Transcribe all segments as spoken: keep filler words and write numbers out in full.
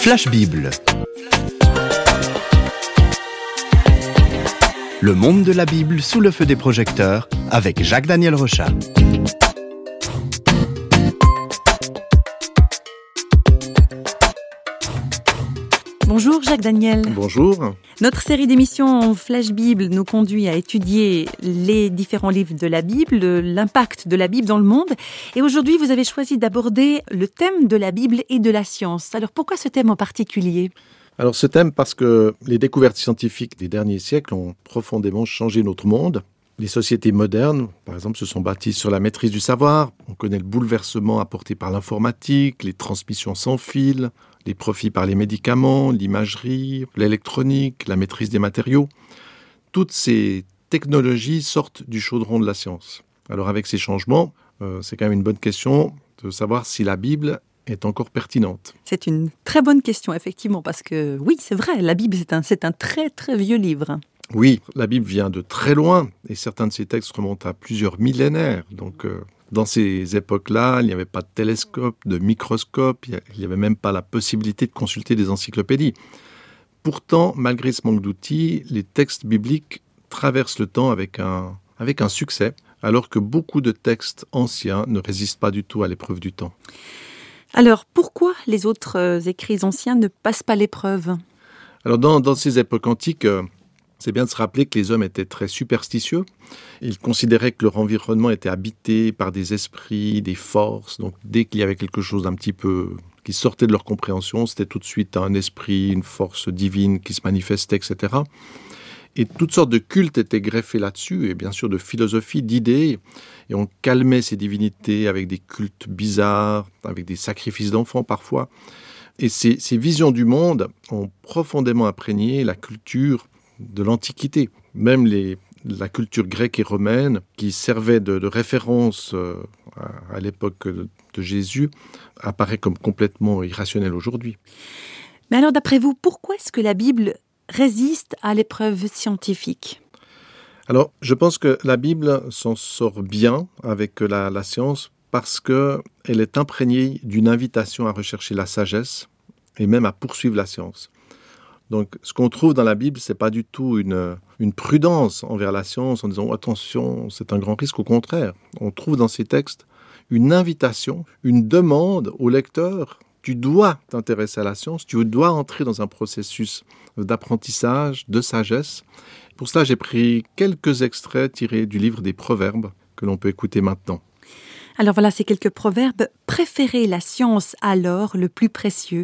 Flash Bible. Le monde de la Bible sous le feu des projecteurs avec Jacques-Daniel Rochat. Bonjour Jacques-Daniel. Bonjour. Notre série d'émissions Flash Bible nous conduit à étudier les différents livres de la Bible, l'impact de la Bible dans le monde. Et aujourd'hui, vous avez choisi d'aborder le thème de la Bible et de la science. Alors pourquoi ce thème en particulier ? Alors ce thème parce que les découvertes scientifiques des derniers siècles ont profondément changé notre monde. Les sociétés modernes, par exemple, se sont bâties sur la maîtrise du savoir. On connaît le bouleversement apporté par l'informatique, les transmissions sans fil, les profits par les médicaments, l'imagerie, l'électronique, la maîtrise des matériaux. Toutes ces technologies sortent du chaudron de la science. Alors avec ces changements, euh, c'est quand même une bonne question de savoir si la Bible est encore pertinente. C'est une très bonne question, effectivement, parce que oui, c'est vrai, la Bible, c'est un, c'est un très très vieux livre. Oui, la Bible vient de très loin, et certains de ces textes remontent à plusieurs millénaires. Donc, euh, dans ces époques-là, il n'y avait pas de télescope, de microscope, il n'y avait même pas la possibilité de consulter des encyclopédies. Pourtant, malgré ce manque d'outils, les textes bibliques traversent le temps avec un, avec un succès, alors que beaucoup de textes anciens ne résistent pas du tout à l'épreuve du temps. Alors, pourquoi les autres euh, écrits anciens ne passent pas l'épreuve ? Alors, dans, dans ces époques antiques, euh, c'est bien de se rappeler que les hommes étaient très superstitieux. Ils considéraient que leur environnement était habité par des esprits, des forces. Donc, dès qu'il y avait quelque chose d'un petit peu qui sortait de leur compréhension, c'était tout de suite un esprit, une force divine qui se manifestait, et cetera. Et toutes sortes de cultes étaient greffés là-dessus, et bien sûr de philosophies, d'idées. Et on calmait ces divinités avec des cultes bizarres, avec des sacrifices d'enfants parfois. Et ces, ces visions du monde ont profondément imprégné la culture de l'Antiquité. Même les, la culture grecque et romaine, qui servait de, de référence euh, à, à l'époque de, de Jésus, apparaît comme complètement irrationnelle aujourd'hui. Mais alors, d'après vous, pourquoi est-ce que la Bible résiste à l'épreuve scientifique ? Alors, je pense que la Bible s'en sort bien avec la, la science parce qu'elle est imprégnée d'une invitation à rechercher la sagesse et même à poursuivre la science. Donc, ce qu'on trouve dans la Bible, ce n'est pas du tout une, une prudence envers la science en disant oh, « attention, c'est un grand risque ». Au contraire, on trouve dans ces textes une invitation, une demande au lecteur. Tu dois t'intéresser à la science, tu dois entrer dans un processus d'apprentissage, de sagesse. Pour cela, j'ai pris quelques extraits tirés du livre des Proverbes que l'on peut écouter maintenant. Alors voilà, ces quelques proverbes. Préférez la science à l'or le plus précieux,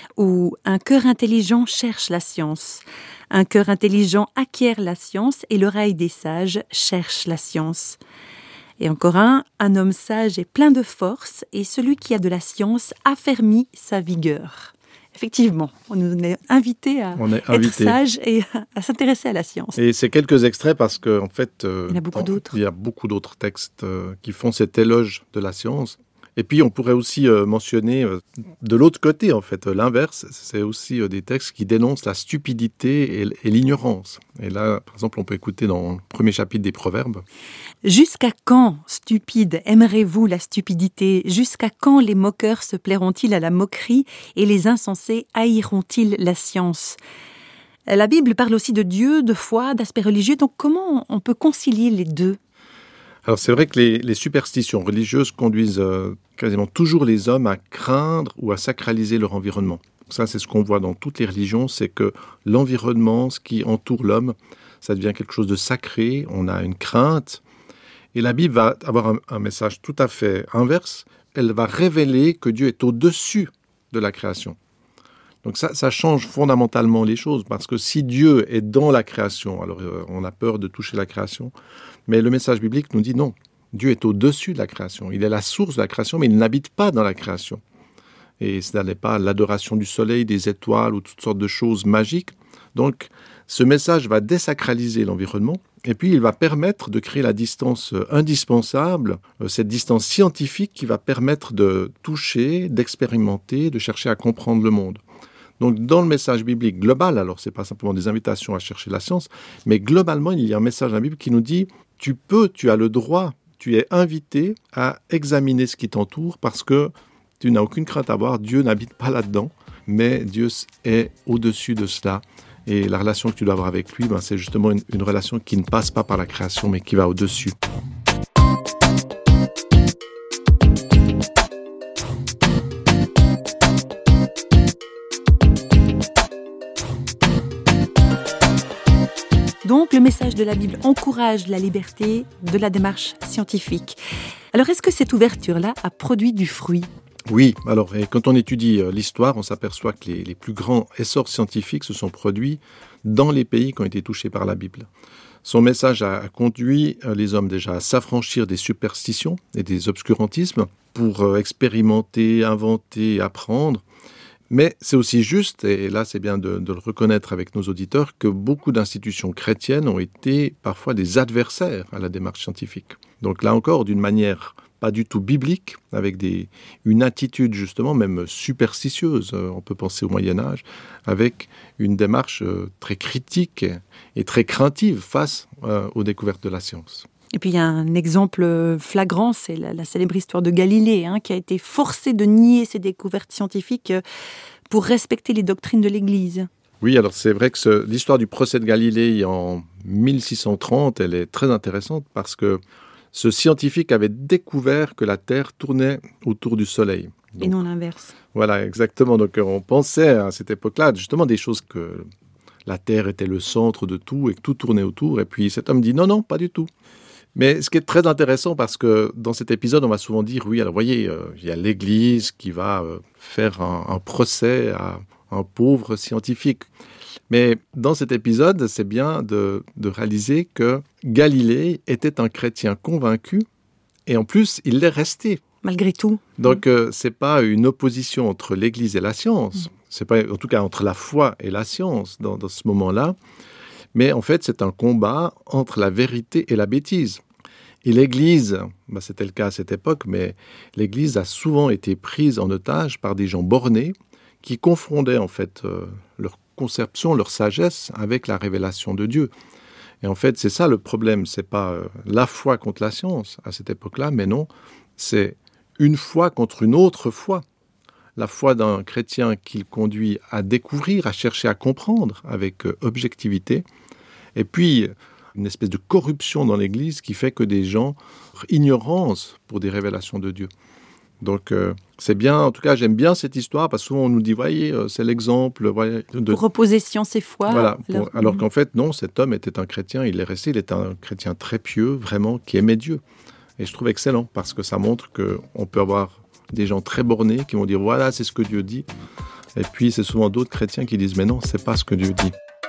ou un cœur intelligent cherche la science. Un cœur intelligent acquiert la science et l'oreille des sages cherche la science. Et encore un, un homme sage est plein de force et celui qui a de la science affermit sa vigueur. Effectivement, on nous est invité à on est être invité. sage et à s'intéresser à la science. Et c'est quelques extraits parce qu'en en fait, euh, il y en a beaucoup dans, d'autres. Il y a beaucoup d'autres textes euh, qui font cet éloge de la science. Et puis, on pourrait aussi euh, mentionner euh, de l'autre côté, en fait, euh, l'inverse, c'est aussi euh, des textes qui dénoncent la stupidité et, et l'ignorance. Et là, par exemple, on peut écouter dans le premier chapitre des Proverbes. Jusqu'à quand, stupides, aimerez-vous la stupidité ? Jusqu'à quand les moqueurs se plairont-ils à la moquerie et les insensés haïront-ils la science ? La Bible parle aussi de Dieu, de foi, d'aspects religieux. Donc, comment on peut concilier les deux ? Alors c'est vrai que les, les superstitions religieuses conduisent euh, quasiment toujours les hommes à craindre ou à sacraliser leur environnement. Ça, c'est ce qu'on voit dans toutes les religions, c'est que l'environnement, ce qui entoure l'homme, ça devient quelque chose de sacré, on a une crainte. Et la Bible va avoir un, un message tout à fait inverse. Elle va révéler que Dieu est au-dessus de la création. Donc ça, ça change fondamentalement les choses, parce que si Dieu est dans la création, alors euh, on a peur de toucher la création, mais le message biblique nous dit non, Dieu est au-dessus de la création. Il est la source de la création, mais il n'habite pas dans la création. Et ce n'est pas l'adoration du soleil, des étoiles ou toutes sortes de choses magiques. Donc ce message va désacraliser l'environnement, et puis il va permettre de créer la distance indispensable, cette distance scientifique qui va permettre de toucher, d'expérimenter, de chercher à comprendre le monde. Donc, dans le message biblique global, alors ce n'est pas simplement des invitations à chercher la science, mais globalement, il y a un message dans la Bible qui nous dit « tu peux, tu as le droit, tu es invité à examiner ce qui t'entoure parce que tu n'as aucune crainte à avoir, Dieu n'habite pas là-dedans, mais Dieu est au-dessus de cela. Et la relation que tu dois avoir avec lui, ben, c'est justement une, une relation qui ne passe pas par la création, mais qui va au-dessus. Donc, le message de la Bible encourage la liberté de la démarche scientifique. Alors, est-ce que cette ouverture-là a produit du fruit ? Oui, alors et quand on étudie euh, l'histoire, on s'aperçoit que les, les plus grands essors scientifiques se sont produits dans les pays qui ont été touchés par la Bible. Son message a, a conduit euh, les hommes déjà à s'affranchir des superstitions et des obscurantismes pour euh, expérimenter, inventer, apprendre. Mais c'est aussi juste, et là c'est bien de, de le reconnaître avec nos auditeurs, que beaucoup d'institutions chrétiennes ont été parfois des adversaires à la démarche scientifique. Donc là encore, d'une manière pas du tout biblique, avec des, une attitude justement même superstitieuse, on peut penser au Moyen-Âge, avec une démarche très critique et très craintive face aux découvertes de la science. Et puis il y a un exemple flagrant, c'est la, la célèbre histoire de Galilée, hein, qui a été forcé de nier ses découvertes scientifiques pour respecter les doctrines de l'Église. Oui, alors c'est vrai que ce, l'histoire du procès de Galilée en mille six cent trente, elle est très intéressante parce que ce scientifique avait découvert que la Terre tournait autour du Soleil. Donc, et non l'inverse. Voilà, exactement. Donc on pensait à cette époque-là justement des choses que la Terre était le centre de tout et que tout tournait autour. Et puis cet homme dit non, non, pas du tout. Mais ce qui est très intéressant, parce que dans cet épisode, on va souvent dire, oui, alors voyez, euh, il y a l'Église qui va euh, faire un, un procès à un pauvre scientifique. Mais dans cet épisode, c'est bien de, de réaliser que Galilée était un chrétien convaincu, et en plus, il l'est resté. Malgré tout. Donc, euh, c'est pas une opposition entre l'Église et la science. C'est pas, en tout cas, entre la foi et la science dans, dans ce moment-là. Mais en fait, c'est un combat entre la vérité et la bêtise. Et l'Église, bah c'était le cas à cette époque, mais l'Église a souvent été prise en otage par des gens bornés qui confondaient en fait euh, leur conception, leur sagesse avec la révélation de Dieu. Et en fait, c'est ça le problème. C'est pas euh, la foi contre la science à cette époque-là, mais non, c'est une foi contre une autre foi. La foi d'un chrétien qu'il conduit à découvrir, à chercher à comprendre avec euh, objectivité. Et puis, une espèce de corruption dans l'Église qui fait que des gens ignorance pour des révélations de Dieu. Donc, euh, c'est bien, en tout cas, j'aime bien cette histoire, parce que souvent on nous dit, voyez, euh, c'est l'exemple... Voyez, de... Pour opposer science et foi. Voilà, alors, pour... alors qu'en fait, non, cet homme était un chrétien, il est resté, il était un chrétien très pieux, vraiment, qui aimait Dieu. Et je trouve excellent, parce que ça montre qu'on peut avoir des gens très bornés qui vont dire, voilà, c'est ce que Dieu dit. Et puis, c'est souvent d'autres chrétiens qui disent, mais non, c'est pas ce que Dieu dit.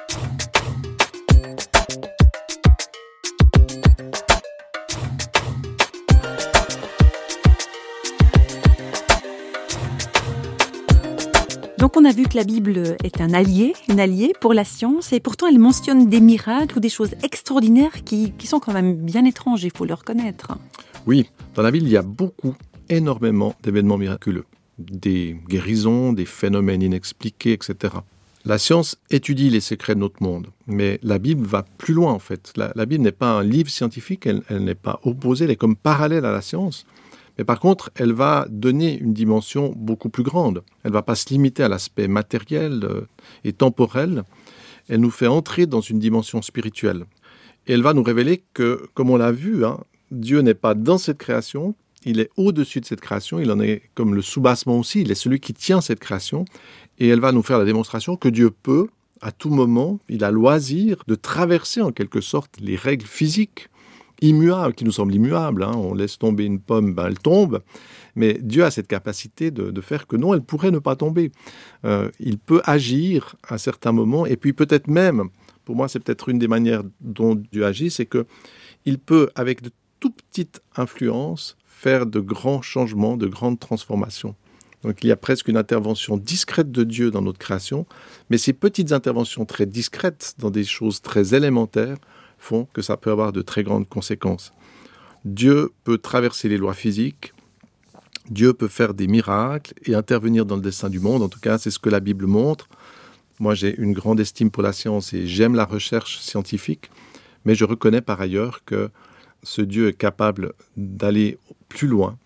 Donc on a vu que la Bible est un allié, une alliée pour la science, et pourtant elle mentionne des miracles ou des choses extraordinaires qui, qui sont quand même bien étranges, il faut le reconnaître. Oui, dans la Bible, il y a beaucoup, énormément d'événements miraculeux. Des guérisons, des phénomènes inexpliqués, et cetera. La science étudie les secrets de notre monde, mais la Bible va plus loin en fait. La, la Bible n'est pas un livre scientifique, elle, elle n'est pas opposée, elle est comme parallèle à la science. Mais par contre, elle va donner une dimension beaucoup plus grande. Elle ne va pas se limiter à l'aspect matériel et temporel. Elle nous fait entrer dans une dimension spirituelle. Et elle va nous révéler que, comme on l'a vu, hein, Dieu n'est pas dans cette création, il est au-dessus de cette création, il en est comme le soubassement aussi, il est celui qui tient cette création. Et elle va nous faire la démonstration que Dieu peut, à tout moment, il a loisir de traverser en quelque sorte les règles physiques immuable, qui nous semble immuable. Hein. On laisse tomber une pomme, ben elle tombe. Mais Dieu a cette capacité de, de faire que non, elle pourrait ne pas tomber. Euh, il peut agir à certains moments. Et puis peut-être même, pour moi, c'est peut-être une des manières dont Dieu agit, c'est qu'il peut, avec de tout petites influences, faire de grands changements, de grandes transformations. Donc il y a presque une intervention discrète de Dieu dans notre création. Mais ces petites interventions très discrètes dans des choses très élémentaires font que ça peut avoir de très grandes conséquences. Dieu peut traverser les lois physiques, Dieu peut faire des miracles et intervenir dans le destin du monde. En tout cas, c'est ce que la Bible montre. Moi, j'ai une grande estime pour la science et j'aime la recherche scientifique, mais je reconnais par ailleurs que ce Dieu est capable d'aller plus loin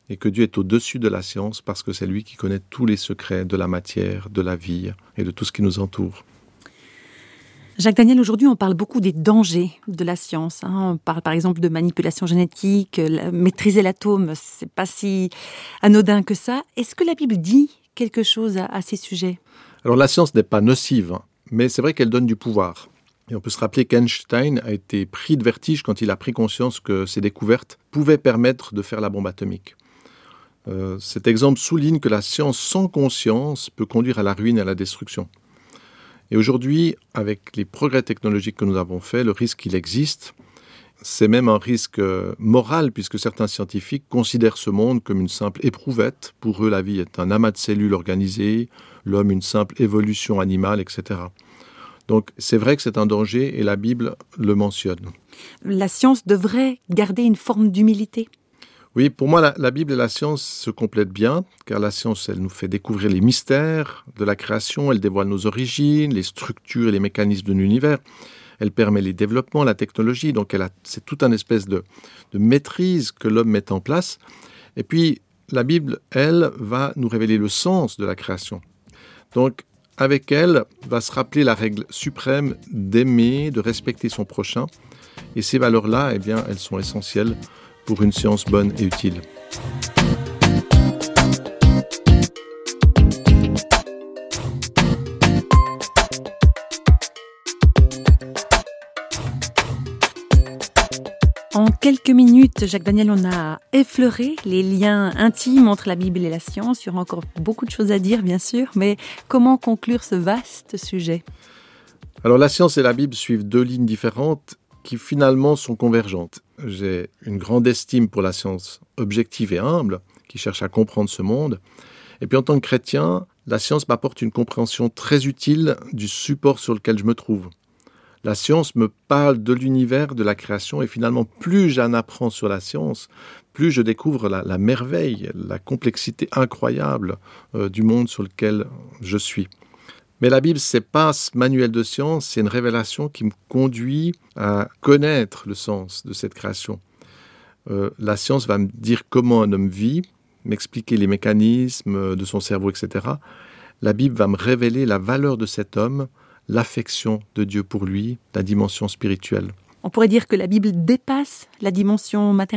et que Dieu est au-dessus de la science parce que c'est lui qui connaît tous les secrets de la matière, de la vie et de tout ce qui nous entoure. Jacques Daniel, aujourd'hui, on parle beaucoup des dangers de la science. Hein. On parle par exemple de manipulation génétique, la, maîtriser l'atome, c'est pas si anodin que ça. Est-ce que la Bible dit quelque chose à, à ces sujets ? Alors la science n'est pas nocive, hein, mais c'est vrai qu'elle donne du pouvoir. Et on peut se rappeler qu'Einstein a été pris de vertige quand il a pris conscience que ses découvertes pouvaient permettre de faire la bombe atomique. Euh, cet exemple souligne que la science sans conscience peut conduire à la ruine et à la destruction. Et aujourd'hui, avec les progrès technologiques que nous avons faits, le risque il existe. C'est même un risque moral, puisque certains scientifiques considèrent ce monde comme une simple éprouvette. Pour eux, la vie est un amas de cellules organisées, l'homme une simple évolution animale, et cetera. Donc c'est vrai que c'est un danger et la Bible le mentionne. La science devrait garder une forme d'humilité. Oui, pour moi, la, la Bible et la science se complètent bien, car la science, elle nous fait découvrir les mystères de la création, elle dévoile nos origines, les structures et les mécanismes de l'univers, elle permet les développements, la technologie, donc elle a, c'est toute une espèce de, de maîtrise que l'homme met en place. Et puis, la Bible, elle, va nous révéler le sens de la création. Donc, avec elle, va se rappeler la règle suprême d'aimer, de respecter son prochain. Et ces valeurs-là, eh bien, elles sont essentielles pour une science bonne et utile. En quelques minutes, Jacques Daniel, on a effleuré les liens intimes entre la Bible et la science. Il y aura encore beaucoup de choses à dire, bien sûr, mais comment conclure ce vaste sujet ? Alors, la science et la Bible suivent deux lignes différentes qui finalement sont convergentes. J'ai une grande estime pour la science objective et humble, qui cherche à comprendre ce monde. Et puis en tant que chrétien, la science m'apporte une compréhension très utile du support sur lequel je me trouve. La science me parle de l'univers, de la création, et finalement, plus j'en apprends sur la science, plus je découvre la, la merveille, la complexité incroyable euh, du monde sur lequel je suis. Mais la Bible, c'est pas ce manuel de science, c'est une révélation qui me conduit à connaître le sens de cette création. Euh, la science va me dire comment un homme vit, m'expliquer les mécanismes de son cerveau, et cetera. La Bible va me révéler la valeur de cet homme, l'affection de Dieu pour lui, la dimension spirituelle. On pourrait dire que la Bible dépasse la dimension matérielle ?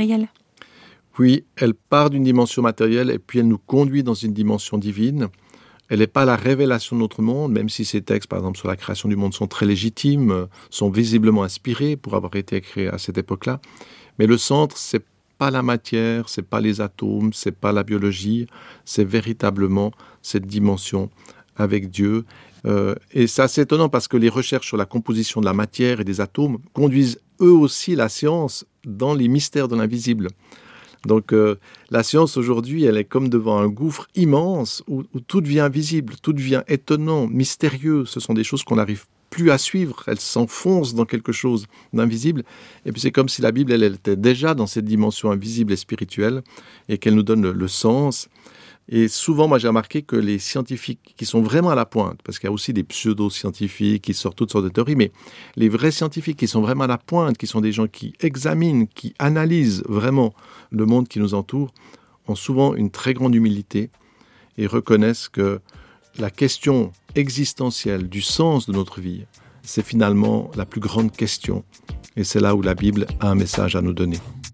Oui, elle part d'une dimension matérielle et puis elle nous conduit dans une dimension divine. Elle n'est pas la révélation de notre monde, même si ces textes, par exemple, sur la création du monde sont très légitimes, sont visiblement inspirés pour avoir été écrits à cette époque-là. Mais le centre, c'est pas la matière, c'est pas les atomes, c'est pas la biologie, c'est véritablement cette dimension avec Dieu. Euh, et c'est assez étonnant parce que les recherches sur la composition de la matière et des atomes conduisent eux aussi la science dans les mystères de l'invisible. Donc euh, la science aujourd'hui, elle est comme devant un gouffre immense où, où tout devient visible, tout devient étonnant, mystérieux. Ce sont des choses qu'on n'arrive plus à suivre, elles s'enfoncent dans quelque chose d'invisible. Et puis c'est comme si la Bible, elle, elle était déjà dans cette dimension invisible et spirituelle et qu'elle nous donne le, le sens. Et souvent, moi, j'ai remarqué que les scientifiques qui sont vraiment à la pointe, parce qu'il y a aussi des pseudo-scientifiques qui sortent toutes sortes de théories, mais les vrais scientifiques qui sont vraiment à la pointe, qui sont des gens qui examinent, qui analysent vraiment le monde qui nous entoure, ont souvent une très grande humilité et reconnaissent que la question existentielle du sens de notre vie, c'est finalement la plus grande question. Et c'est là où la Bible a un message à nous donner.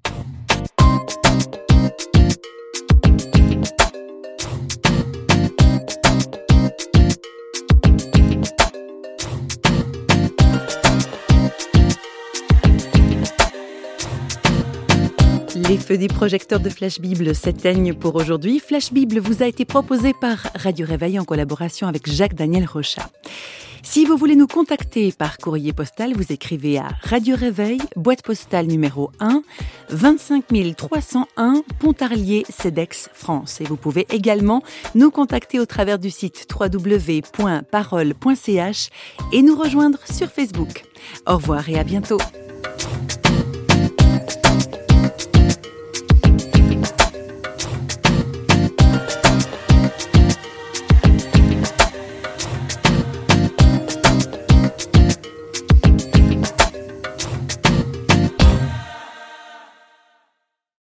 Les feux des projecteurs de Flash Bible s'éteignent pour aujourd'hui. Flash Bible vous a été proposé par Radio Réveil en collaboration avec Jacques Daniel Rochat. Si vous voulez nous contacter par courrier postal, vous écrivez à Radio Réveil, boîte postale numéro un, vingt-cinq mille trois cent un, Pontarlier, Cedex, France. Et vous pouvez également nous contacter au travers du site w w w point parole point c h et nous rejoindre sur Facebook. Au revoir et à bientôt.